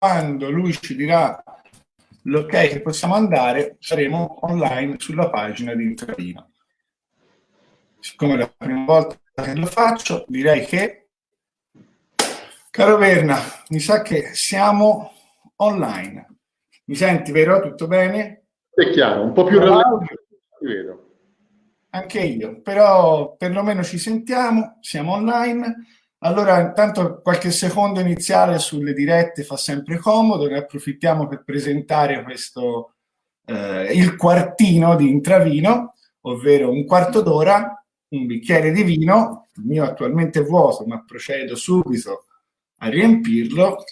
quando lui ci dirà l'ok che possiamo andare, saremo online sulla pagina di Intravino. Siccome è la prima volta che lo faccio, direi che, caro Verna, mi sa che siamo online. Mi senti, vero? Tutto bene? È chiaro, un po' più rallentato, ti vedo. Anche io, però perlomeno ci sentiamo, siamo online. Allora, intanto qualche secondo iniziale sulle dirette fa sempre comodo, ne approfittiamo per presentare questo, il quartino di Intravino, ovvero un quarto d'ora, un bicchiere di vino, il mio attualmente vuoto, ma procedo subito a riempirlo,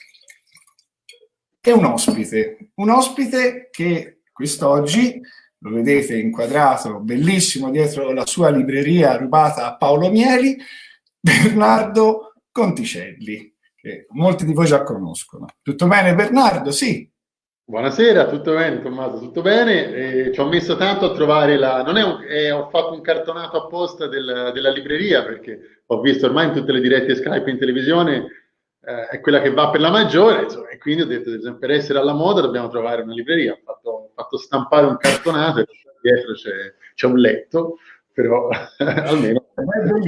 e un ospite che quest'oggi lo vedete inquadrato bellissimo dietro la sua libreria rubata a Paolo Mieli, Bernardo Conticelli, che molti di voi già conoscono. Tutto bene, Bernardo? Sì. Buonasera, tutto bene Tommaso, tutto bene. Ci ho messo tanto a trovare ho fatto un cartonato apposta della libreria, perché ho visto ormai in tutte le dirette Skype in televisione è quella che va per la maggiore, insomma, e quindi ho detto per essere alla moda dobbiamo trovare una libreria. Ho fatto stampare un cartonato e dietro c'è un letto, però almeno è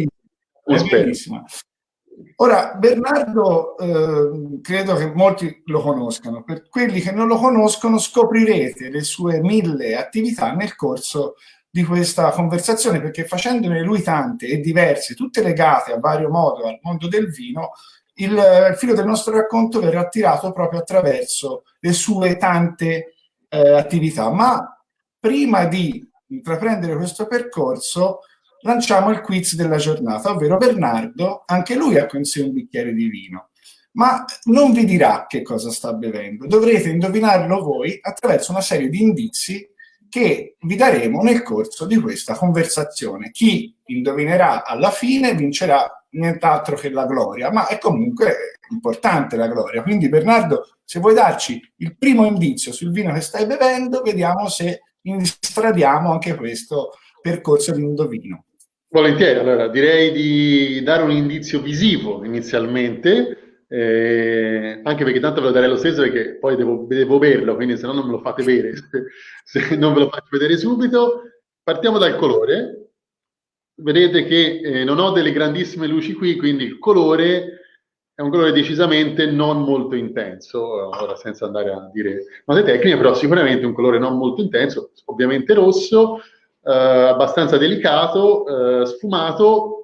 bellissima. Ora, Bernardo, credo che molti lo conoscano. Per quelli che non lo conoscono, scoprirete le sue 1000 attività nel corso di questa conversazione, perché facendone lui tante e diverse, tutte legate a vario modo al mondo del vino, il filo del nostro racconto verrà tirato proprio attraverso le sue tante attività. Ma prima di intraprendere questo percorso, lanciamo il quiz della giornata, ovvero Bernardo, anche lui ha con sé un bicchiere di vino, ma non vi dirà che cosa sta bevendo. Dovrete indovinarlo voi attraverso una serie di indizi che vi daremo nel corso di questa conversazione. Chi indovinerà alla fine vincerà nient'altro che la gloria, ma è comunque importante la gloria. Quindi Bernardo, se vuoi darci il primo indizio sul vino che stai bevendo, vediamo se instradiamo anche questo percorso di indovino. Volentieri, allora direi di dare un indizio visivo inizialmente, anche perché tanto ve lo darei lo stesso, perché poi devo berlo, quindi se no non me lo fate bere, se non ve lo faccio vedere subito. Partiamo dal colore. Vedete che non ho delle grandissime luci qui, quindi il colore è un colore decisamente non molto intenso, ora senza andare a dire note tecniche, però sicuramente un colore non molto intenso, ovviamente rosso, abbastanza delicato, sfumato.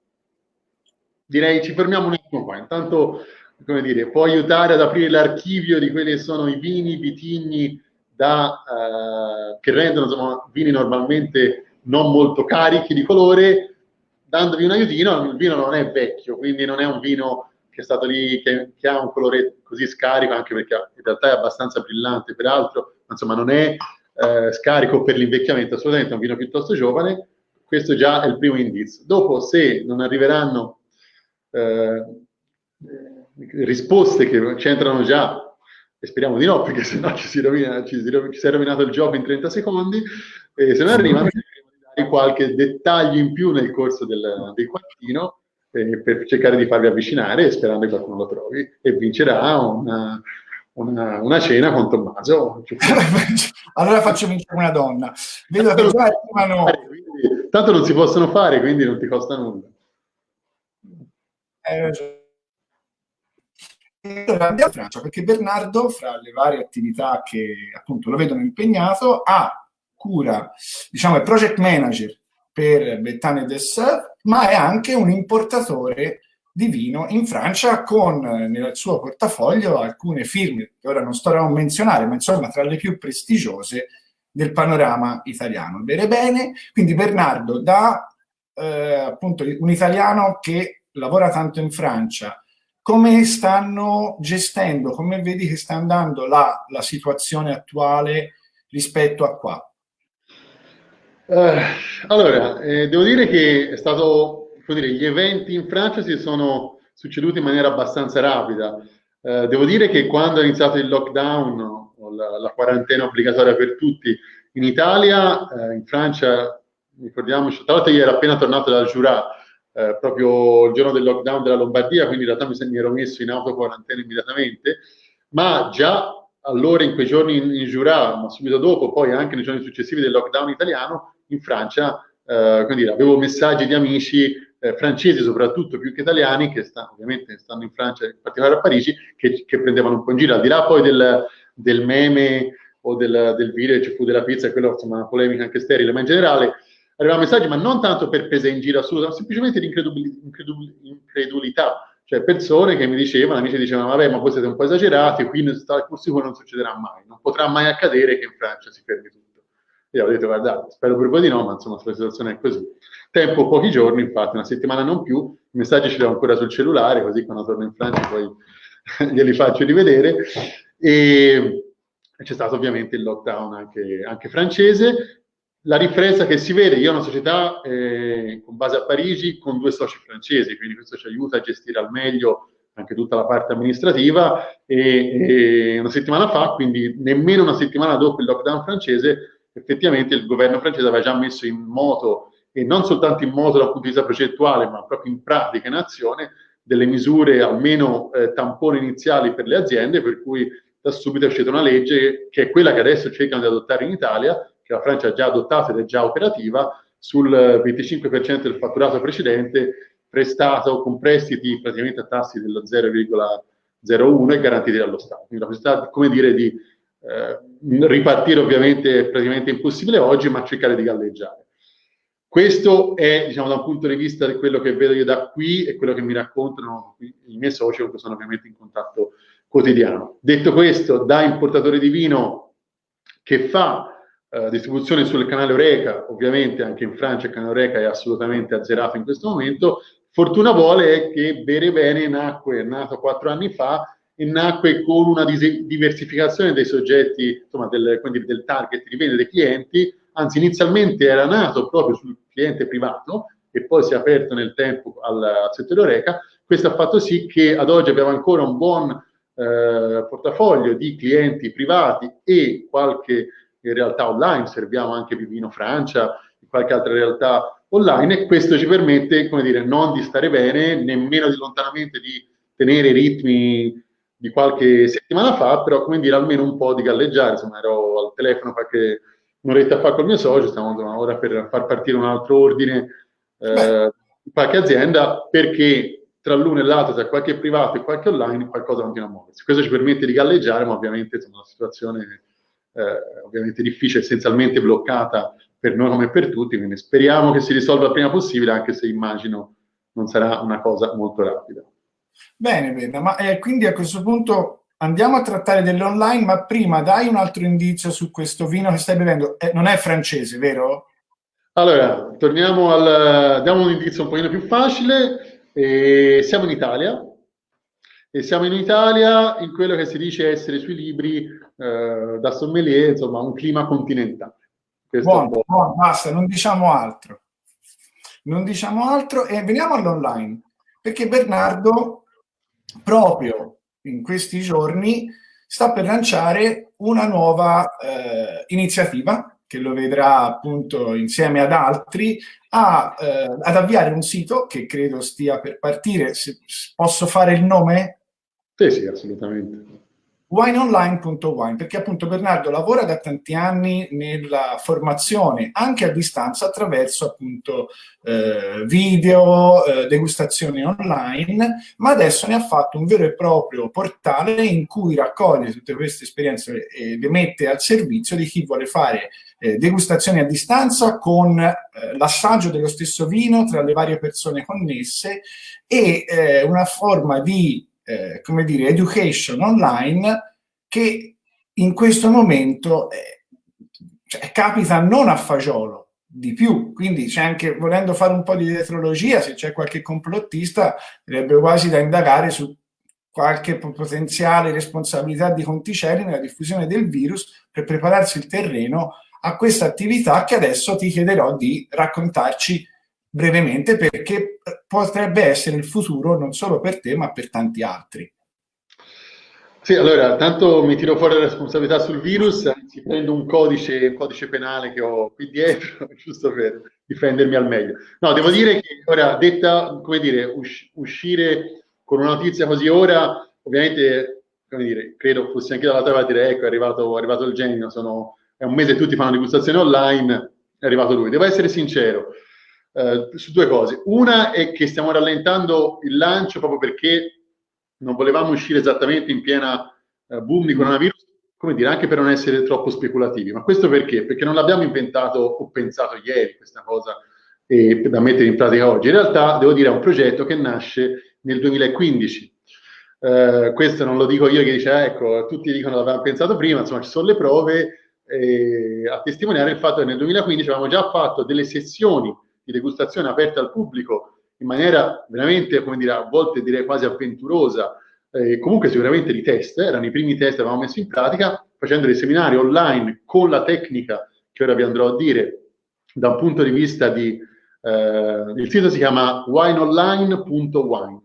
Direi ci fermiamo un attimo qua. Intanto, come dire, può aiutare ad aprire l'archivio di quelli che sono i vini, i vitigni che rendono, insomma, vini normalmente non molto carichi di colore, dandovi un aiutino. Il vino non è vecchio, quindi non è un vino che è stato lì, che ha un colore così scarico, anche perché in realtà è abbastanza brillante, peraltro, insomma non è scarico per l'invecchiamento, assolutamente è un vino piuttosto giovane. Questo già è il primo indizio. Dopo, se non arriveranno risposte che c'entrano già, e speriamo di no, perché sennò ci si è rovinato il gioco in 30 secondi, e se non arrivano cercheremo di dare qualche dettaglio in più nel corso del quartino, per cercare di farvi avvicinare, sperando che qualcuno lo trovi, e vincerà una cena con Tommaso. Allora faccio vincere una donna. Vedo che già arrivano... Tanto non si possono fare, quindi non ti costa nulla. Allora, andiamo in Francia, perché Bernardo, fra le varie attività che appunto lo vedono impegnato, ha cura, diciamo, è project manager per Betane Dessert, ma è anche un importatore di vino in Francia, con nel suo portafoglio alcune firme che ora non starò a menzionare, ma insomma tra le più prestigiose del panorama italiano. Bene bene, quindi Bernardo, da appunto un italiano che lavora tanto in Francia, come stanno gestendo, come vedi che sta andando la situazione attuale rispetto a qua? Allora, devo dire che è stato, come dire, gli eventi in Francia si sono succeduti in maniera abbastanza rapida. Devo dire che quando è iniziato il lockdown, o la quarantena obbligatoria per tutti in Italia, in Francia, ricordiamoci, tra l'altro io ero appena tornato dal Jura, proprio il giorno del lockdown della Lombardia, quindi in realtà mi ero messo in autoquarantena immediatamente. ma già allora in quei giorni in Jura, ma subito dopo, poi anche nei giorni successivi del lockdown italiano, in Francia, come dire, avevo messaggi di amici francesi soprattutto più che italiani che ovviamente stanno in Francia, in particolare a Parigi, che prendevano un po' in giro, al di là poi del meme o del video che ci fu della pizza, quello insomma una polemica anche sterile, ma in generale arrivavano messaggi, ma non tanto per presa in giro assoluta, ma semplicemente di incredulità, cioè persone che mi dicevano, amici dicevano, vabbè, ma voi siete un po' esagerati, qui sicuro non succederà mai, non potrà mai accadere che in Francia si fermi tutto. Io ho detto, guardate, spero per voi di no, ma insomma la situazione è così. Tempo pochi giorni, infatti, una settimana non più, i messaggi ce li ho ancora sul cellulare, così quando torno in Francia poi glieli faccio rivedere. E c'è stato ovviamente il lockdown anche francese. La ripresa che si vede, io ho una società con base a Parigi con 2 soci francesi, quindi questo ci aiuta a gestire al meglio anche tutta la parte amministrativa e una settimana fa, quindi nemmeno una settimana dopo il lockdown francese, effettivamente il governo francese aveva già messo in moto, e non soltanto in moto dal punto di vista progettuale, ma proprio in pratica, in azione, delle misure almeno tampone iniziali per le aziende, per cui da subito è uscita una legge che è quella che adesso cercano di adottare in Italia, che la Francia ha già adottato ed è già operativa, sul 25% del fatturato precedente prestato con prestiti praticamente a tassi dello 0,01 e garantiti dallo Stato. Quindi la possibilità, come dire, di ripartire ovviamente è praticamente impossibile oggi, ma cercare di galleggiare. Questo è, diciamo, da un punto di vista di quello che vedo io da qui e quello che mi raccontano i miei soci, con cui sono ovviamente in contatto quotidiano. Detto questo, da importatore di vino che fa distribuzione sul canale Oreca, ovviamente anche in Francia il canale Oreca è assolutamente azzerato in questo momento, fortuna vuole è che Bere Bene è nato 4 anni fa e nacque con una diversificazione dei soggetti, insomma del target di vendita dei clienti, anzi inizialmente era nato proprio sul cliente privato e poi si è aperto nel tempo al settore Oreca. Questo ha fatto sì che ad oggi abbiamo ancora un buon portafoglio di clienti privati e qualche in realtà online, serviamo anche Vivino Francia e qualche altra realtà online, e questo ci permette, come dire, non di stare bene, nemmeno di lontanamente di tenere i ritmi di qualche settimana fa, però come dire almeno un po' di galleggiare. Insomma, ero al telefono qualche un'oretta fa col mio socio, stiamo ora per far partire un altro ordine di qualche azienda, perché tra l'uno e l'altro, tra qualche privato e qualche online, qualcosa continua a muoversi. Questo ci permette di galleggiare, ma ovviamente insomma, la situazione ovviamente difficile, essenzialmente bloccata per noi come per tutti, quindi speriamo che si risolva il prima possibile, anche se immagino non sarà una cosa molto rapida. Bene, bene, ma quindi a questo punto andiamo a trattare dell'online, ma prima dai un altro indizio su questo vino che stai bevendo. Non è francese, vero? Allora, diamo un indizio un pochino più facile. Siamo in Italia, e siamo in Italia in quello che si dice essere sui libri da sommelier, insomma, un clima continentale. Buono, basta, non diciamo altro. Non diciamo altro e veniamo all'online, perché Bernardo proprio in questi giorni sta per lanciare una nuova iniziativa che lo vedrà appunto insieme ad altri ad avviare un sito che credo stia per partire. Se posso fare il nome? Sì, assolutamente. Wineonline.wine, perché appunto Bernardo lavora da tanti anni nella formazione anche a distanza attraverso appunto video, degustazioni online, ma adesso ne ha fatto un vero e proprio portale in cui raccoglie tutte queste esperienze e le mette al servizio di chi vuole fare degustazioni a distanza con l'assaggio dello stesso vino tra le varie persone connesse e una forma di come dire, education online che in questo momento capita non a fagiolo di più, quindi c'è anche, volendo fare un po' di dietrologia, se c'è qualche complottista sarebbe quasi da indagare su qualche potenziale responsabilità di Conticelli nella diffusione del virus per prepararsi il terreno a questa attività che adesso ti chiederò di raccontarci brevemente, perché potrebbe essere il futuro non solo per te ma per tanti altri. Sì, allora, tanto mi tiro fuori la responsabilità sul virus, anzi prendo un codice penale che ho qui dietro, giusto per difendermi al meglio. No, devo dire che ora, detta, come dire, uscire con una notizia così ora, ovviamente come dire, credo fossi anche dalla tua parte a dire, ecco, è arrivato il genio, è un mese che tutti fanno degustazione online, è arrivato lui. Devo essere sincero su due cose. Una è che stiamo rallentando il lancio proprio perché non volevamo uscire esattamente in piena boom di coronavirus, come dire, anche per non essere troppo speculativi. Ma questo perché? Perché non l'abbiamo inventato o pensato ieri questa cosa da mettere in pratica oggi. In realtà, devo dire, è un progetto che nasce nel 2015. Questo non lo dico io che dice, ecco, tutti dicono l'avevamo pensato prima, insomma ci sono le prove a testimoniare il fatto che nel 2015 avevamo già fatto delle sessioni di degustazione aperte al pubblico in maniera veramente, come dire, a volte direi quasi avventurosa, comunque sicuramente di test, erano i primi test che avevamo messo in pratica, facendo dei seminari online con la tecnica che ora vi andrò a dire, da un punto di vista di... il sito si chiama wineonline.wine.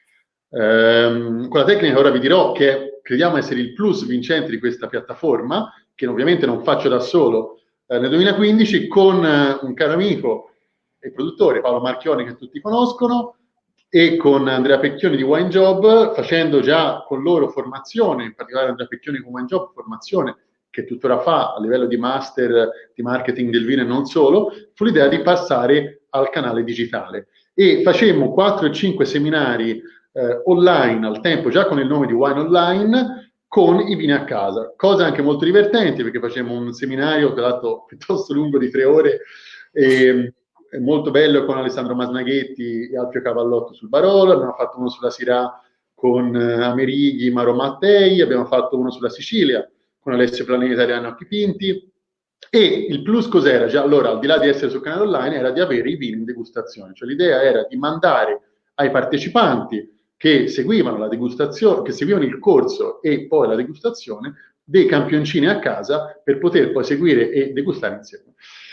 Con la tecnica che ora vi dirò, che crediamo essere il plus vincente di questa piattaforma, che ovviamente non faccio da solo, nel 2015 con un caro amico e produttore, Paolo Marchioni, che tutti conoscono, e con Andrea Pecchioni di Wine Job, facendo già con loro formazione, in particolare Andrea Pecchioni con Wine Job, formazione che tuttora fa a livello di master di marketing del vino e non solo, fu l'idea di passare al canale digitale. E facemmo 4 o 5 seminari online al tempo, già con il nome di Wine Online, con i vini a casa. Cose anche molto divertenti, perché facemmo un seminario che è dato piuttosto lungo di 3 ore, è molto bello, con Alessandro Masnaghetti e Alfio Cavallotto sul Barolo, abbiamo fatto uno sulla Syrah con Amerighi, Maro Mattei, abbiamo fatto uno sulla Sicilia con Alessio Planeta e Annocchi Pinti, e il plus cos'era? Già allora, al di là di essere sul canale online, era di avere i vini in degustazione, cioè l'idea era di mandare ai partecipanti che seguivano la degustazione, che seguivano il corso e poi la degustazione, dei campioncini a casa per poter poi seguire e degustare insieme.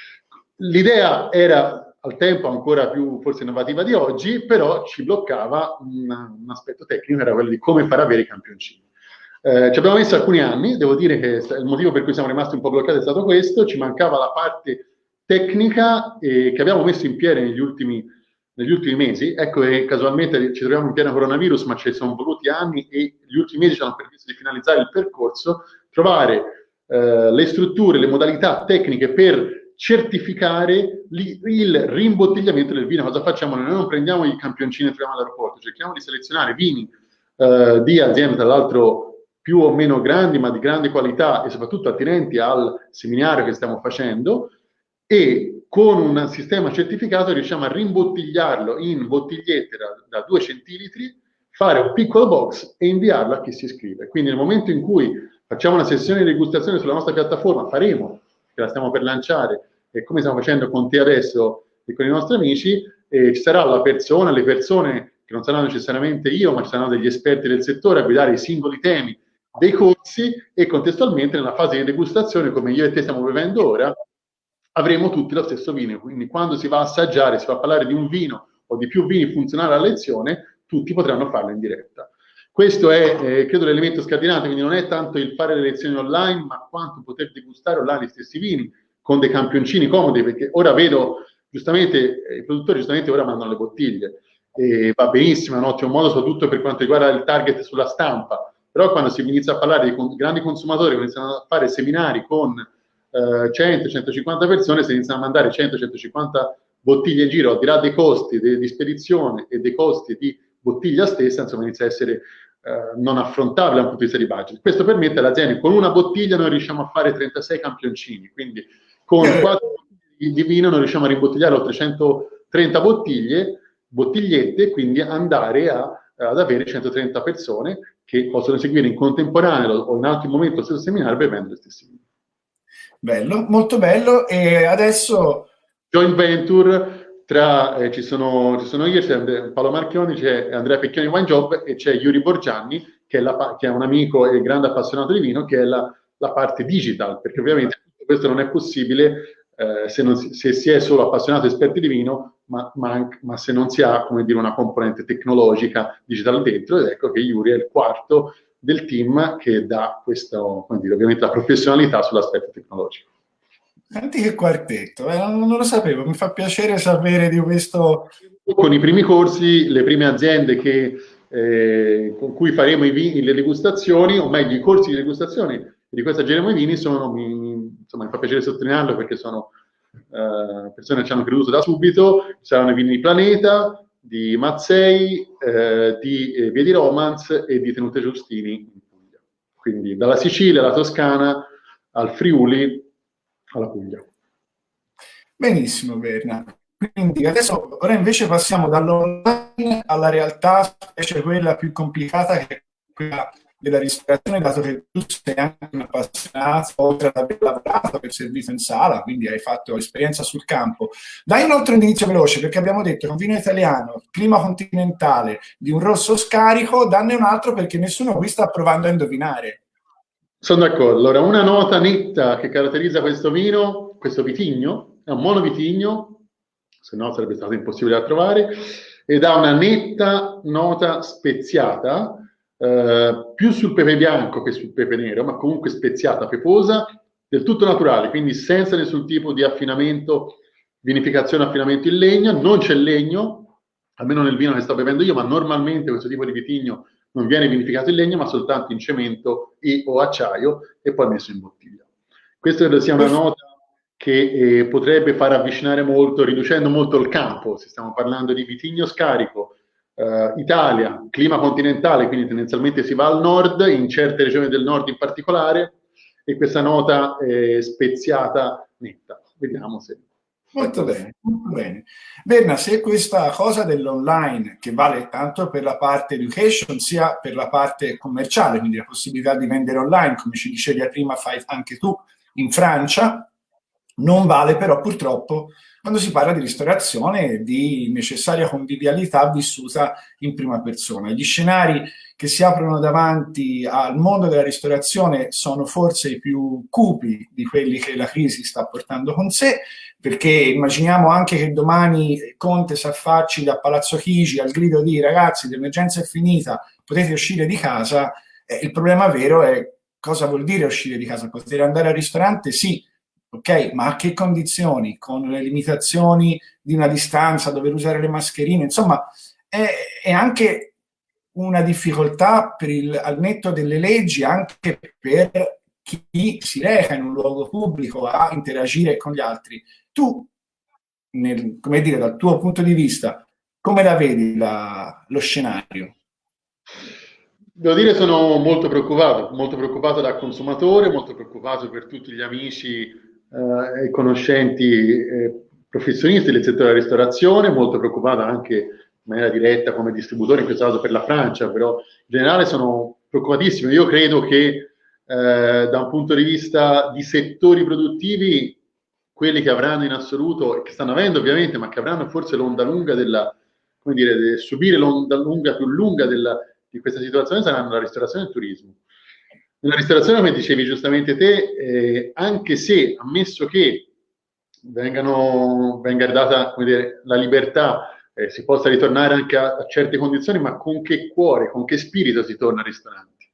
L'idea era al tempo ancora più forse innovativa di oggi, però ci bloccava un aspetto tecnico, era quello di come far avere i campioncini. Ci abbiamo messo alcuni anni, devo dire che il motivo per cui siamo rimasti un po' bloccati è stato questo, ci mancava la parte tecnica che abbiamo messo in piedi negli ultimi mesi. Ecco che casualmente ci troviamo in piena coronavirus, ma ci sono voluti anni e gli ultimi mesi ci hanno permesso di finalizzare il percorso, trovare le strutture, le modalità tecniche per certificare il rimbottigliamento del vino. Cosa facciamo? Noi non prendiamo i campioncini e troviamo all'aeroporto, cerchiamo di selezionare vini di aziende, tra l'altro più o meno grandi, ma di grande qualità e soprattutto attinenti al seminario che stiamo facendo, e con un sistema certificato riusciamo a rimbottigliarlo in bottigliette da 2 centilitri, fare un piccolo box e inviarlo a chi si iscrive. Quindi nel momento in cui facciamo una sessione di degustazione sulla nostra piattaforma, faremo, che la stiamo per lanciare, e come stiamo facendo con te adesso e con i nostri amici, ci sarà la persona, le persone, che non saranno necessariamente io, ma ci saranno degli esperti del settore a guidare i singoli temi dei corsi, e contestualmente nella fase di degustazione, come io e te stiamo vivendo ora, avremo tutti lo stesso vino. Quindi quando si va a assaggiare, si va a parlare di un vino o di più vini funzionali alla lezione, tutti potranno farlo in diretta. Questo è, credo, l'elemento scardinante, quindi non è tanto il fare le lezioni online, ma quanto poter degustare online gli stessi vini con dei campioncini comodi, perché ora vedo, giustamente, i produttori giustamente ora mandano le bottiglie, e va benissimo, è un ottimo modo, soprattutto per quanto riguarda il target sulla stampa, però quando si inizia a parlare di grandi consumatori, iniziano a fare seminari con 100-150 persone, si iniziano a mandare 100-150 bottiglie in giro, al di là dei costi di spedizione e dei costi di bottiglia stessa, insomma inizia a essere non affrontabile da un punto di vista di budget. Questo permette all'azienda, con una bottiglia noi riusciamo a fare 36 campioncini, quindi con 4 bottiglie di vino noi riusciamo a rimbottigliare oltre 130 bottigliette, quindi andare ad avere 130 persone che possono seguire in contemporanea o in altro momento lo stesso seminario bevendo le stesse vini. Bello, molto bello. E adesso joint venture ci sono io, c'è Paolo Marchioni, c'è Andrea Pecchioni Wine Job e c'è Yuri Borgianni che è un amico e grande appassionato di vino, che è la parte digital, perché ovviamente questo non è possibile se si è solo appassionato esperti di vino, ma se non si ha, come dire, una componente tecnologica digital dentro. Ed ecco che Yuri è il quarto del team che dà questo, come dire, ovviamente la professionalità sull'aspetto tecnologico. Senti che quartetto, non lo sapevo, mi fa piacere sapere di questo. Con i primi corsi, le prime aziende che con cui faremo le degustazioni, o meglio i corsi di degustazione di questa gireremo i vini, insomma, mi fa piacere sottolinearlo perché sono persone che ci hanno creduto da subito. Saranno i vini di Planeta, di Mazzei, di Via di Romance e di Tenute Giustini in Puglia. Quindi dalla Sicilia alla Toscana, al Friuli, alla Puglia. Benissimo, Berna. Quindi adesso, ora invece passiamo dall'online alla realtà, specie quella più complicata, che è quella della ristorazione, dato che tu sei anche un appassionato, oltre ad aver lavorato per servizio in sala, quindi hai fatto esperienza sul campo. Dai inoltre un indizio veloce, perché abbiamo detto che un vino italiano, clima continentale, di un rosso scarico, danne un altro perché nessuno qui sta provando a indovinare. Sono d'accordo. Allora, una nota netta che caratterizza questo vino, questo vitigno, è un monovitigno, se no sarebbe stato impossibile da trovare, ed ha una netta nota speziata, più sul pepe bianco che sul pepe nero, ma comunque speziata, peposa, del tutto naturale, quindi senza nessun tipo di affinamento, vinificazione, affinamento in legno. Non c'è legno, almeno nel vino che sto bevendo io, ma normalmente questo tipo di vitigno non viene vinificato in legno, ma soltanto in cemento o acciaio e poi messo in bottiglia. Questa credo sia una nota che potrebbe far avvicinare molto, riducendo molto il campo. Se stiamo parlando di vitigno scarico, Italia, clima continentale, quindi tendenzialmente si va al nord, in certe regioni del nord in particolare, e questa nota speziata netta. Vediamo se... Molto bene, molto bene. Berna, se questa cosa dell'online, che vale tanto per la parte education sia per la parte commerciale, quindi la possibilità di vendere online, come ci dicevi prima, fai anche tu in Francia, non vale però purtroppo quando si parla di ristorazione e di necessaria convivialità vissuta in prima persona. Gli scenari che si aprono davanti al mondo della ristorazione sono forse i più cupi di quelli che la crisi sta portando con sé, perché immaginiamo anche che domani Conte si affacci da Palazzo Chigi al grido di ragazzi, l'emergenza è finita, potete uscire di casa. Il problema vero è cosa vuol dire uscire di casa? Poter andare al ristorante? Sì. Ok, ma a che condizioni? Con le limitazioni di una distanza, dover usare le mascherine, insomma, è anche una difficoltà al netto delle leggi, anche per chi si reca in un luogo pubblico a interagire con gli altri. Tu, come dire, dal tuo punto di vista, come la vedi lo scenario? Devo dire sono molto preoccupato da consumatore, molto preoccupato per tutti gli amici e conoscenti professionisti del settore della ristorazione, molto preoccupato anche in maniera diretta come distributore, in questo caso per la Francia, però in generale sono preoccupatissimo. Io credo che da un punto di vista di settori produttivi, quelli che avranno in assoluto, e che stanno avendo ovviamente, ma che avranno forse l'onda lunga come dire, subire l'onda lunga più lunga di questa situazione, saranno la ristorazione e il turismo. Nella ristorazione, come dicevi giustamente te, anche se, ammesso che venga data, come dire, la libertà, si possa ritornare anche a certe condizioni, ma con che cuore, con che spirito si torna ai ristoranti?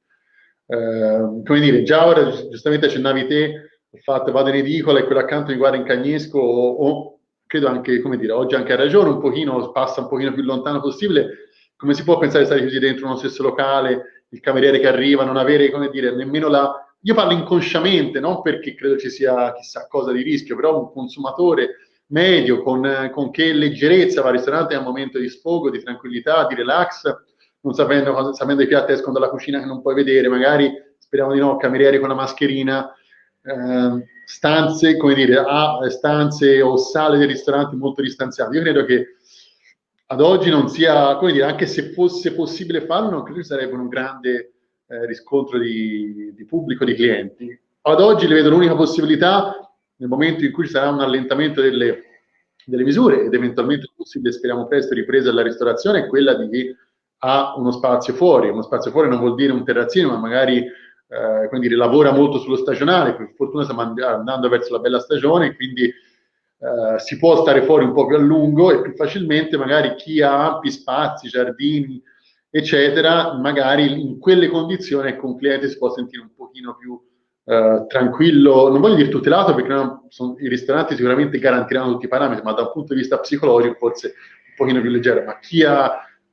Come dire, già ora, giustamente accennavi te, il fatto vado in edicola e quello accanto mi guarda in cagnesco, o credo anche, come dire, oggi anche ha ragione, un pochino, passa un pochino più lontano possibile. Come si può pensare di stare chiusi dentro uno stesso locale, il cameriere che arriva, non avere, come dire, nemmeno Io parlo inconsciamente, non perché credo ci sia chissà cosa di rischio, però un consumatore medio, con che leggerezza va al ristorante, è un momento di sfogo, di tranquillità, di relax, non sapendo i piatti escono dalla cucina che non puoi vedere, magari, speriamo di no, camerieri con la mascherina, stanze, come dire, stanze o sale dei ristoranti molto distanziate. Io credo che ad oggi non sia, come dire, anche se fosse possibile farlo, non credo che sarebbe un grande riscontro di pubblico, di clienti. Ad oggi le vedo l'unica possibilità nel momento in cui ci sarà un allentamento delle misure ed eventualmente possibile, speriamo presto, ripresa della ristorazione, è quella di chi ha uno spazio fuori. Uno spazio fuori non vuol dire un terrazzino, ma magari come dire, lavora molto sullo stagionale. Per fortuna stiamo andando verso la bella stagione, quindi si può stare fuori un po' più a lungo e più facilmente. Magari chi ha ampi spazi, giardini, eccetera, magari in quelle condizioni con un cliente si può sentire un pochino più tranquillo, non voglio dire tutelato, perché i ristoranti sicuramente garantiranno tutti i parametri, ma da un punto di vista psicologico forse un pochino più leggero. Ma chi ha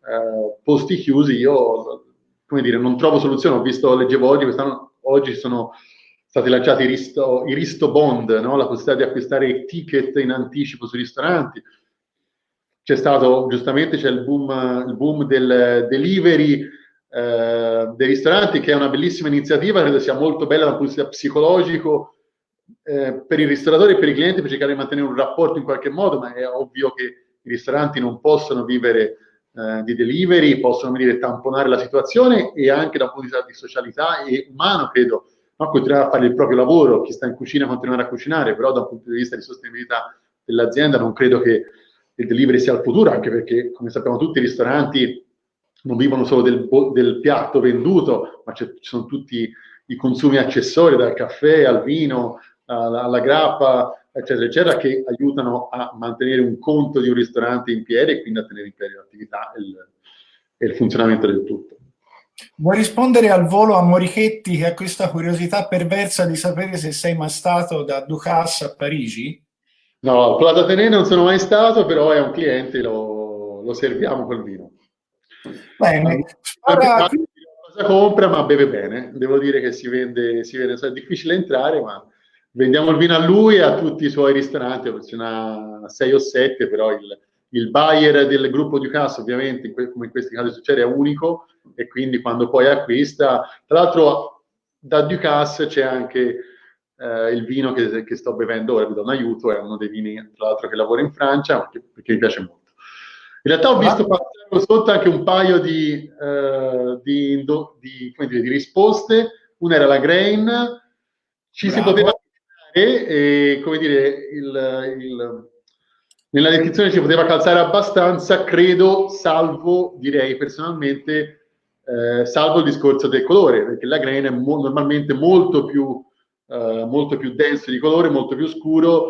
posti chiusi, io, come dire, non trovo soluzione. Leggevo oggi, oggi sono stati lanciati i Risto Bond, no? La possibilità di acquistare i ticket in anticipo sui ristoranti. Giustamente c'è il boom del delivery dei ristoranti, che è una bellissima iniziativa, credo sia molto bella dal punto di vista psicologico per i ristoratori e per i clienti, per cercare di mantenere un rapporto in qualche modo, ma è ovvio che i ristoranti non possono vivere di delivery, possono, come dire, tamponare la situazione, e anche dal punto di vista di socialità e umano, credo, no? Continuare a fare il proprio lavoro, chi sta in cucina continuare a cucinare, però dal punto di vista di sostenibilità dell'azienda non credo che il delivery sia il futuro, anche perché, come sappiamo tutti, i ristoranti non vivono solo del piatto venduto, ma ci sono tutti i consumi accessori, dal caffè al vino, alla grappa, eccetera, eccetera, che aiutano a mantenere un conto di un ristorante in piedi e quindi a tenere in piedi l'attività e il funzionamento del tutto. Vuoi rispondere al volo a Morichetti, che ha questa curiosità perversa di sapere se sei mai stato da Ducasse a Parigi? No, al Plaza Atene non sono mai stato, però è un cliente, lo serviamo col vino. Bene, Cosa compra, ma beve bene. Devo dire che si vende, è difficile entrare, ma vendiamo il vino a lui e a tutti i suoi ristoranti, ce n'ha 6 o 7, però il buyer del gruppo Ducasse, ovviamente, come in questi casi succede, è unico, e quindi quando poi acquista, tra l'altro da Ducasse c'è anche il vino che sto bevendo ora, vi do un aiuto, è uno dei vini, tra l'altro, che lavoro in Francia, perché mi piace molto. In realtà ho visto passare sotto anche un paio di risposte. Una era la Grain, ci si poteva avvicinare, e, come dire, nella descrizione ci poteva calzare abbastanza, credo, direi personalmente, salvo il discorso del colore, perché la Grain è normalmente molto più denso di colore, molto più scuro,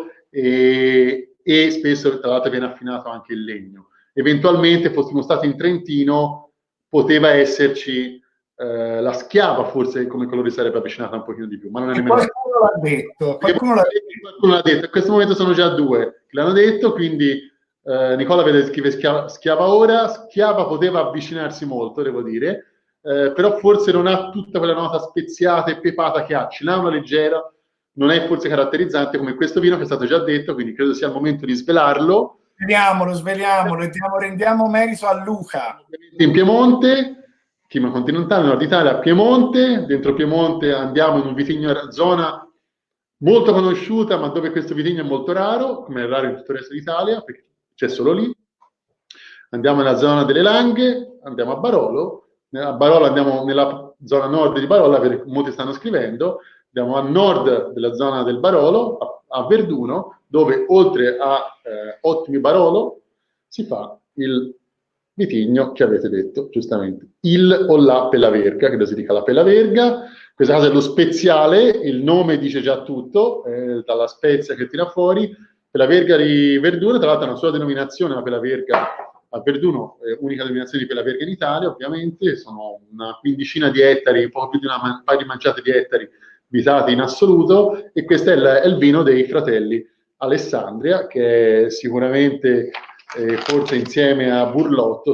e spesso, tra l'altro, viene affinato anche il legno. Eventualmente, fossimo stati in Trentino, poteva esserci la Schiava, forse come colore sarebbe avvicinata un pochino di più, ma non è nemmeno... Qualcuno l'ha detto. Qualcuno l'ha detto. In questo momento sono già 2 che l'hanno detto, quindi Nicola scrive Schiava ora. Schiava poteva avvicinarsi molto, devo dire, però forse non ha tutta quella nota speziata e pepata che ha. Ce l'ha una leggera, non è forse caratterizzante come questo vino, che è stato già detto, quindi credo sia il momento di svelarlo. Sveliamolo e rendiamo merito a Luca. In Piemonte, clima continentale, Nord Italia, Piemonte. Dentro Piemonte andiamo in un vitigno, zona molto conosciuta, ma dove questo vitigno è molto raro, come è raro in tutto il resto d'Italia, perché c'è solo lì. Andiamo nella zona delle Langhe, andiamo a Barolo. A Barolo andiamo nella zona nord di Barolo, perché molti stanno scrivendo. Andiamo a nord della zona del Barolo, a Verduno, dove oltre a ottimi Barolo si fa il vitigno che avete detto giustamente, il o la Pelaverga, credo si dica la Pelaverga. Questa cosa è lo speziale, il nome dice già tutto, dalla spezia che tira fuori. Pelaverga di Verduno, tra l'altro è una sola denominazione, la Pelaverga a Verduno, unica denominazione di Pelaverga in Italia, ovviamente. Sono una quindicina di ettari, poco più di un paio di manciate di ettari visati in assoluto, e questo è il vino dei fratelli Alessandria, che sicuramente, forse insieme a Burlotto,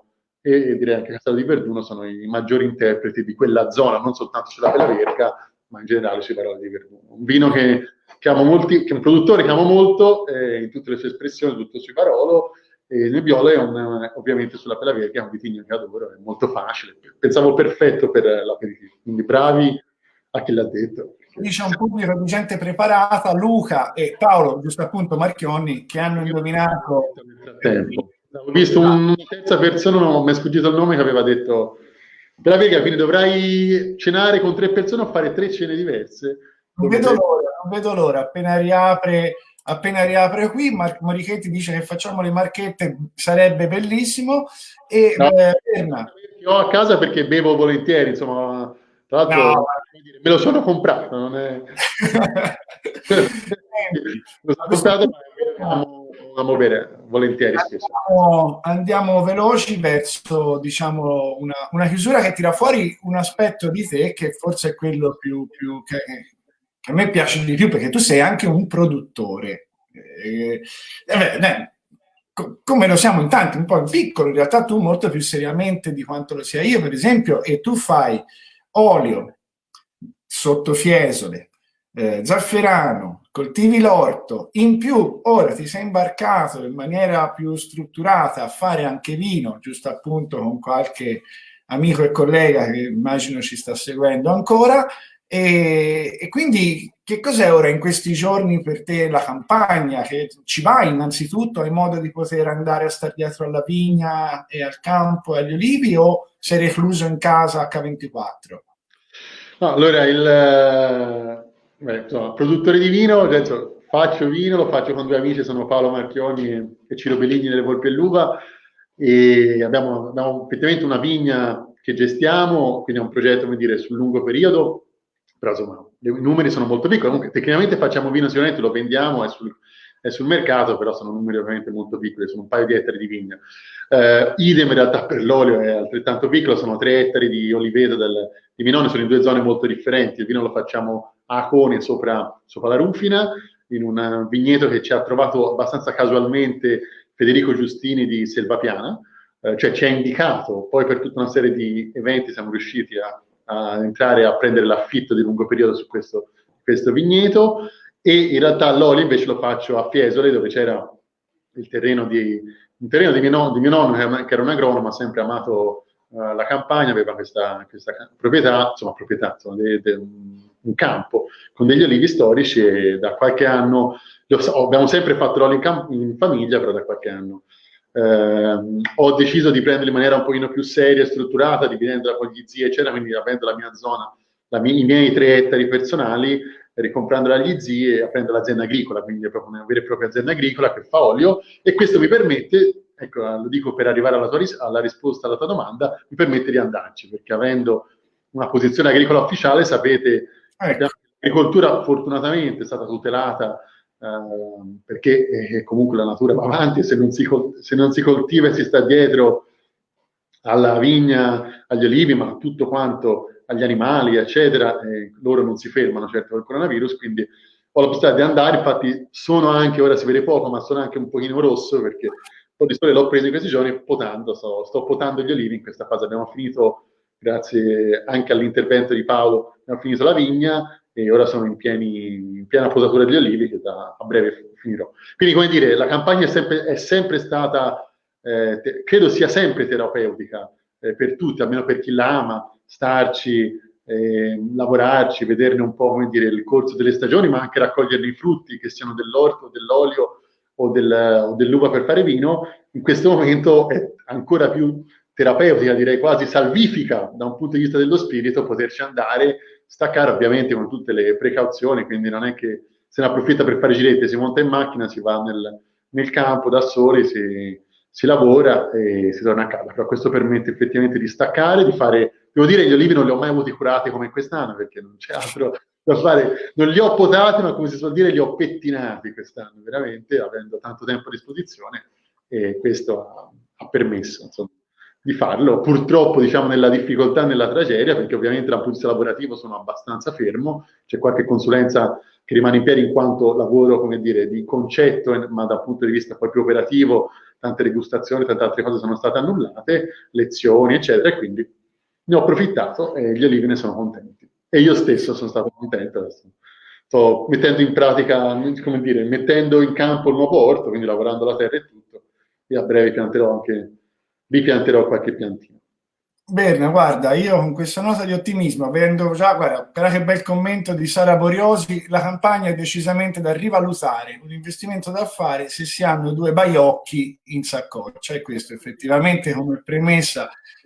e direi anche Castello di Verduno, sono i maggiori interpreti di quella zona, non soltanto sulla Pelaverga, ma in generale sui Baroli di Verduno. Un vino che amo molti, che è un produttore che amo molto, in tutte le sue espressioni, tutto sui Barolo. E il Nebbiolo è ovviamente sulla Pelaverga, è un vitigno che adoro, è molto facile, pensavo perfetto per l'aperitivo, quindi bravi a chi l'ha detto. Dice un pubblico di gente preparata, Luca e Paolo, giusto appunto Marchionni, che hanno indovinato. Ho visto una terza persona, non mi è sfuggito il nome, che aveva detto Pelaverga, quindi dovrai cenare con 3 persone o fare 3 cene diverse. Non vedo l'ora, appena riapre qui. Morichetti dice che facciamo le marchette, sarebbe bellissimo. E ho a casa perché bevo volentieri, insomma, tra l'altro me lo sono comprato, non è... lo sono comprato, ma amo bere volentieri spesso. Andiamo veloci verso, diciamo, una chiusura che tira fuori un aspetto di te che forse è quello più che a me piace di più, perché tu sei anche un produttore. come lo siamo in tanti, un po' in piccolo, in realtà tu molto più seriamente di quanto lo sia io, per esempio, e tu fai olio, sottofiesole, zafferano, coltivi l'orto, in più ora ti sei imbarcato in maniera più strutturata a fare anche vino, giusto appunto con qualche amico e collega che immagino ci sta seguendo ancora, e quindi che cos'è ora in questi giorni per te la campagna? Che ci vai innanzitutto, hai modo di poter andare a stare dietro alla vigna e al campo e agli olivi o sei recluso in casa H24? No, allora, insomma, produttore di vino, adesso faccio vino, lo faccio con due amici, sono Paolo Marchioni e Ciro Beligni delle Volpi e l'Uva, e abbiamo effettivamente una vigna che gestiamo, quindi è un progetto, come dire, sul lungo periodo, però insomma i numeri sono molto piccoli. Comunque tecnicamente facciamo vino, sicuramente lo vendiamo, è sul mercato, però sono numeri ovviamente molto piccoli, sono un paio di ettari di vigna. Idem in realtà per l'olio è altrettanto piccolo, sono 3 ettari di oliveto di Minone, sono in due zone molto differenti. Il vino lo facciamo a Acone, sopra la Rufina, in un vigneto che ci ha trovato abbastanza casualmente Federico Giustini di Selvapiana, cioè ci ha indicato, poi per tutta una serie di eventi siamo riusciti a entrare a prendere l'affitto di lungo periodo su questo vigneto, e in realtà l'olio invece lo faccio a Fiesole, dove c'era il terreno un terreno di mio nonno, che era un agronomo, ha sempre amato la campagna, aveva questa proprietà, insomma, un campo con degli olivi storici, e da qualche anno abbiamo sempre fatto l'olio in famiglia, però da qualche anno ho deciso di prenderlo in maniera un pochino più seria e strutturata, dividendola con gli zii, eccetera, quindi avendo la mia zona, i miei 3 ettari personali, ricomprandola agli zii e aprendo l'azienda agricola, quindi è proprio una vera e propria azienda agricola che fa olio, e questo mi permette, ecco, lo dico per arrivare alla risposta alla tua domanda, mi permette di andarci, perché avendo una posizione agricola ufficiale, sapete, Ecco. l'agricoltura fortunatamente è stata tutelata, perché comunque la natura va avanti, e se non si coltiva e si sta dietro alla vigna, agli olivi, ma tutto quanto agli animali, eccetera, loro non si fermano, certo, col coronavirus, quindi ho la possibilità di andare. Infatti sono anche, ora si vede poco, ma sono anche un pochino rosso, perché un po' di sole l'ho preso in questi giorni potando, sto potando gli olivi in questa fase. Abbiamo finito, grazie anche all'intervento di Paolo, abbiamo finito la vigna, e ora sono in piena posatura degli olivi, che a breve finirò. Quindi, come dire, la campagna è sempre stata, credo sia sempre terapeutica, per tutti, almeno per chi la ama, starci, lavorarci, vederne un po', come dire, il corso delle stagioni, ma anche raccoglierne i frutti, che siano dell'orto, dell'olio o dell'uva per fare vino. In questo momento è ancora più terapeutica, direi quasi salvifica da un punto di vista dello spirito, poterci andare, staccare ovviamente con tutte le precauzioni, quindi non è che se ne approfitta per fare girette, si monta in macchina, si va nel campo da soli, si lavora e si torna a casa. Però questo permette effettivamente di staccare, di fare. Devo dire, gli olivi non li ho mai avuti curati come quest'anno, perché non c'è altro da fare. Non li ho potati, ma come si suol dire, li ho pettinati quest'anno, veramente, avendo tanto tempo a disposizione, e questo ha permesso, insomma, di farlo. Purtroppo, diciamo, nella difficoltà, nella tragedia, perché ovviamente dal punto di vista lavorativo sono abbastanza fermo, c'è qualche consulenza che rimane in piedi in quanto lavoro, come dire, di concetto, ma dal punto di vista poi più operativo, tante degustazioni, tante altre cose sono state annullate, lezioni, eccetera, e quindi ne ho approfittato e gli olivi ne sono contenti. E io stesso sono stato contento. Adesso sto mettendo in pratica, come dire, mettendo in campo il nuovo orto, quindi lavorando la terra e tutto, e a breve ripianterò qualche piantino. Bene, guarda, io con questa nota di ottimismo, avendo già, guarda che bel commento di Sara Boriosi, la campagna è decisamente da rivalutare, un investimento da fare se si hanno 2 baiocchi in saccoccia, e questo effettivamente come premessa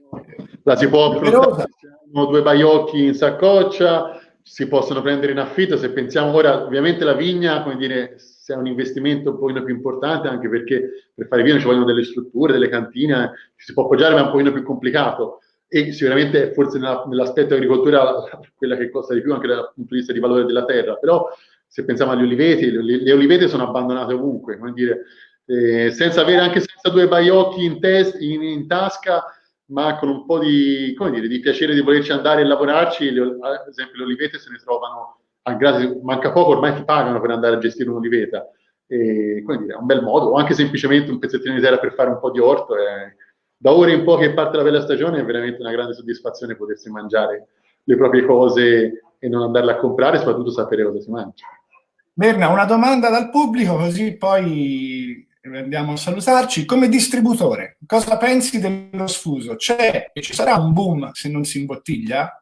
La si può doverosa. affrontare, se hanno 2 baiocchi in saccoccia, si possono prendere in affitto. Se pensiamo ora, ovviamente la vigna, come dire, se è un investimento un pochino più importante, anche perché per fare vino ci vogliono delle strutture, delle cantine, ci si può appoggiare, ma è un pochino più complicato. E sicuramente forse nell'aspetto agricoltura quella che costa di più anche dal punto di vista di valore della terra, però se pensiamo agli oliveti, le olivete sono abbandonate ovunque, come dire, senza avere, anche senza 2 baiocchi in tasca, ma con un po' di, come dire, di piacere di volerci andare e lavorarci. Ad esempio le olivete se ne trovano a gratis, manca poco, ormai ti pagano per andare a gestire un'oliveta, e come dire, è un bel modo, o anche semplicemente un pezzettino di terra per fare un po' di orto. Da ora in poi che parte la bella stagione è veramente una grande soddisfazione potersi mangiare le proprie cose e non andarle a comprare, soprattutto sapere cosa si mangia. Berna, una domanda dal pubblico, così poi andiamo a salutarci. Come distributore, cosa pensi dello sfuso? C'è e ci sarà un boom se non si imbottiglia?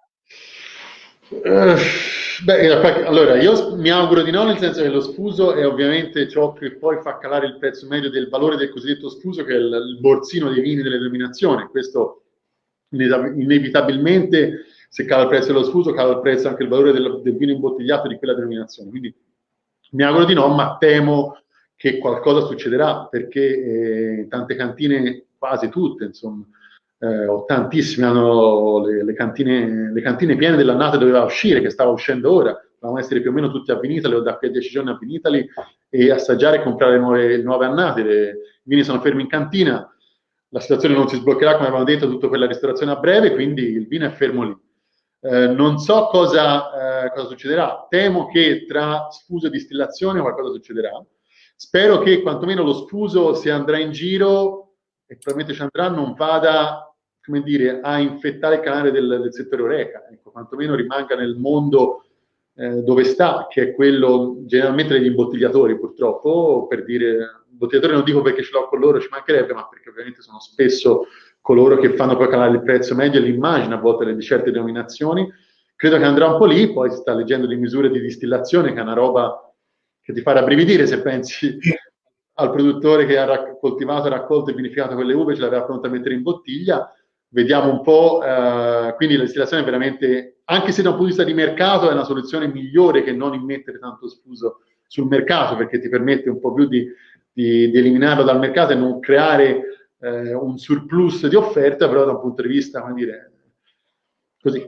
Allora, io mi auguro di no, nel senso che lo sfuso è ovviamente ciò che poi fa calare il prezzo medio del valore del cosiddetto sfuso, che è il borsino dei vini delle denominazioni. Questo inevitabilmente, se cala il prezzo dello sfuso, cala il prezzo anche il valore del vino imbottigliato di quella denominazione. Quindi mi auguro di no, ma temo che qualcosa succederà, perché tante cantine, quasi tutte, insomma, o tantissime hanno le cantine piene dell'annata doveva uscire, che stava uscendo ora. Dovevamo essere più o meno tutti a Vinitaly, o da qui a 10 giorni a Vinitaly, e assaggiare e comprare nuove annate. I vini sono fermi in cantina, la situazione non si sbloccherà, come avevamo detto, tutto per la ristorazione a breve, quindi il vino è fermo lì. Non so cosa succederà, temo che tra sfuso e distillazione qualcosa succederà. Spero che quantomeno lo sfuso, se andrà in giro, e probabilmente ci andrà, non vada, come dire, a infettare il canale del settore Horeca, ecco, quantomeno rimanga nel mondo dove sta, che è quello generalmente degli imbottigliatori, purtroppo. Per dire, imbottigliatori non dico perché ce l'ho con loro, ci mancherebbe, ma perché ovviamente sono spesso coloro che fanno poi calare il prezzo medio e l'immagine a volte di certe denominazioni. Credo che andrà un po' lì. Poi si sta leggendo di misure di distillazione, che è una roba che ti fa rabbrividire se pensi al produttore che ha coltivato, raccolto e vinificato quelle uve, ce l'aveva pronta a mettere in bottiglia. Vediamo un po', quindi la distillazione è veramente, anche se da un punto di vista di mercato, è una soluzione migliore che non immettere tanto sfuso sul mercato, perché ti permette un po' più di eliminarlo dal mercato e non creare un surplus di offerta, però da un punto di vista, come dire, così,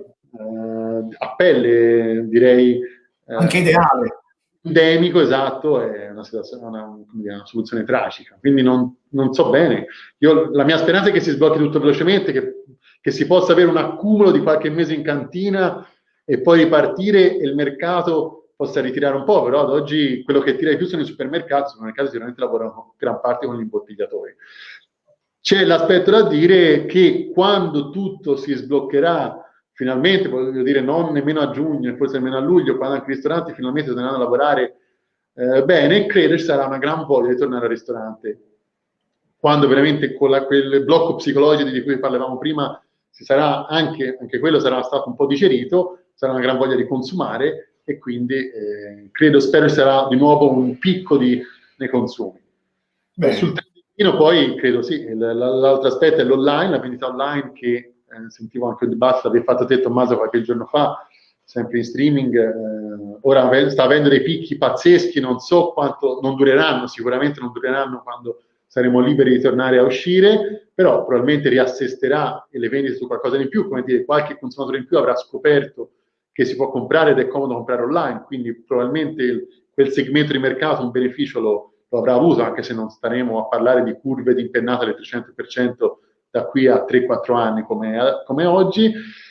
a pelle, direi... Anche ideale. Endemico, esatto, è una soluzione tragica. Quindi non so bene. La mia speranza è che si sblocchi tutto velocemente, che si possa avere un accumulo di qualche mese in cantina e poi ripartire e il mercato possa ritirare un po', però ad oggi quello che tira di più sono i supermercati. I supermercati sicuramente lavorano gran parte con gli imbottigliatori. C'è l'aspetto da dire che quando tutto si sbloccherà, finalmente, voglio dire, non nemmeno a giugno, forse nemmeno a luglio, quando anche i ristoranti finalmente torneranno a lavorare bene, credo ci sarà una gran voglia di tornare al ristorante. Quando veramente con quel blocco psicologico di cui parlavamo prima, si sarà anche quello sarà stato un po' digerito, sarà una gran voglia di consumare, e quindi spero ci sarà di nuovo un picco nei consumi. Sul tendino poi credo sì, l'altro aspetto è l'online, la vendita online, che sentivo anche il dibattito, l'avevi fatto te Tommaso qualche giorno fa, sempre in streaming, ora sta avendo dei picchi pazzeschi, non so quanto, non dureranno, sicuramente non dureranno quando saremo liberi di tornare a uscire, però probabilmente riassesterà e le vendite su qualcosa di più, come dire, qualche consumatore in più avrà scoperto che si può comprare ed è comodo comprare online, quindi probabilmente quel segmento di mercato un beneficio lo avrà avuto, anche se non staremo a parlare di curve di impennata del 300% da qui a 3-4 anni come oggi.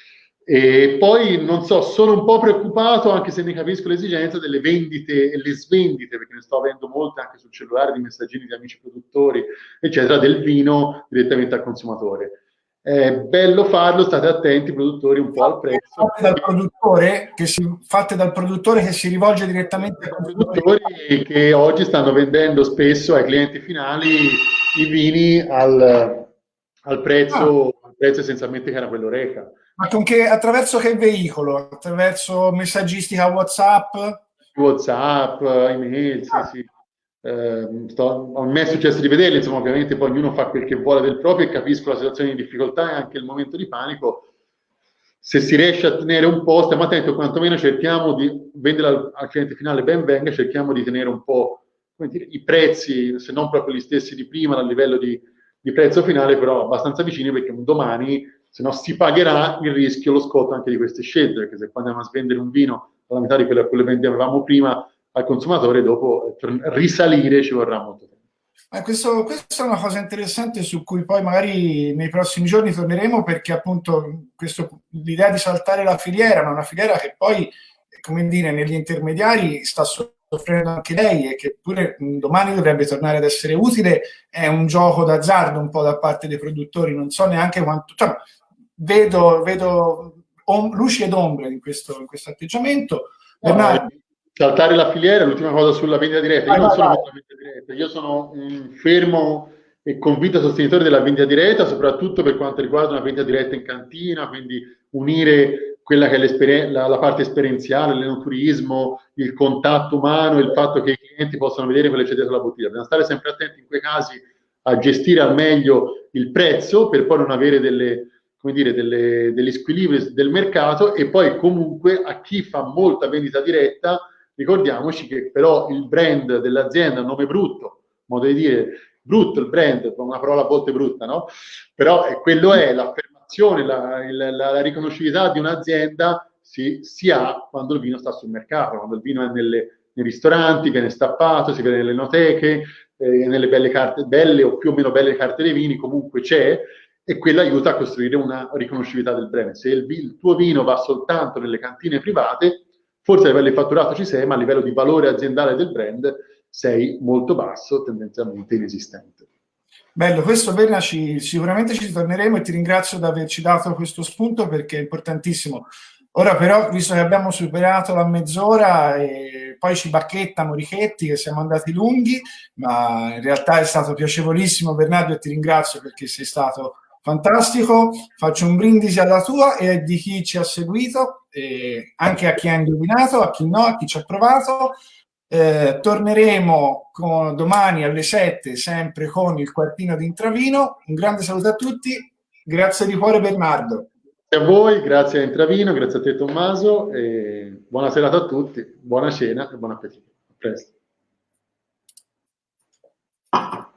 E poi non so, sono un po' preoccupato, anche se ne capisco l'esigenza, delle vendite e le svendite, perché ne sto avendo molte anche sul cellulare, di messaggini di amici produttori, eccetera, del vino direttamente al consumatore. È bello farlo, state attenti, produttori, un po' al prezzo. Fatte dal produttore che si rivolge direttamente ai produttori, che oggi stanno vendendo spesso ai clienti finali i vini al prezzo essenzialmente che era quello Horeca. Ma attraverso che veicolo? Attraverso messaggistica WhatsApp? WhatsApp, email, sì. A me è successo di vederli, insomma, ovviamente poi ognuno fa quel che vuole del proprio, e capisco la situazione di difficoltà e anche il momento di panico. Se si riesce a tenere un po', stiamo attenti, quantomeno cerchiamo di vendere al cliente finale ben venga, cerchiamo di tenere un po', come dire, i prezzi, se non proprio gli stessi di prima, a livello di prezzo finale, però abbastanza vicini, perché un domani, se no, si pagherà il rischio, lo scotto anche di queste scelte, perché se poi andiamo a svendere un vino alla metà di quello che vendevamo prima al consumatore, dopo risalire ci vorrà molto tempo. Questa è una cosa interessante su cui poi magari nei prossimi giorni torneremo, perché appunto l'idea di saltare la filiera, ma una filiera che poi, come dire, negli intermediari sta soffrendo anche lei e che pure domani dovrebbe tornare ad essere utile, è un gioco d'azzardo un po' da parte dei produttori. Non so neanche quanto, cioè, vedo luci ed ombre in questo atteggiamento. No, saltare la filiera, l'ultima cosa sulla vendita diretta. Io non sono contro la vendita diretta, io sono un fermo e convinto sostenitore della vendita diretta, soprattutto per quanto riguarda una vendita diretta in cantina, quindi unire quella che è la parte esperienziale, l'enoturismo, il contatto umano, il fatto che i clienti possano vedere quello che c'è dietro la bottiglia. Dobbiamo stare sempre attenti in quei casi a gestire al meglio il prezzo per poi non avere degli squilibri del mercato, e poi comunque a chi fa molta vendita diretta ricordiamoci che però il brand dell'azienda, nome brutto, modo di dire, brutto il brand, una parola a volte brutta, no? Però quello è l'affermazione, la riconoscibilità di un'azienda si ha quando il vino sta sul mercato, quando il vino è nei ristoranti, viene stappato, si vede nelle enoteche, nelle belle o più o meno belle carte dei vini, comunque c'è, e quello aiuta a costruire una riconoscibilità del brand. Se il tuo vino va soltanto nelle cantine private, forse a livello di fatturato ci sei, ma a livello di valore aziendale del brand sei molto basso, tendenzialmente inesistente. Bello, questo Berna, sicuramente ci torneremo e ti ringrazio di averci dato questo spunto perché è importantissimo. Ora però, visto che abbiamo superato la mezz'ora e poi ci bacchettano Richetti che siamo andati lunghi, ma in realtà è stato piacevolissimo Bernardo e ti ringrazio perché sei stato fantastico. Faccio un brindisi alla tua e di chi ci ha seguito, anche a chi ha indovinato, a chi no, a chi ci ha provato. Torneremo domani alle 7 sempre con il quartino di Intravino. Un grande saluto a tutti, grazie di cuore Bernardo. Grazie a voi, grazie a Intravino, grazie a te Tommaso, e buona serata a tutti, buona cena e buon appetito. A presto.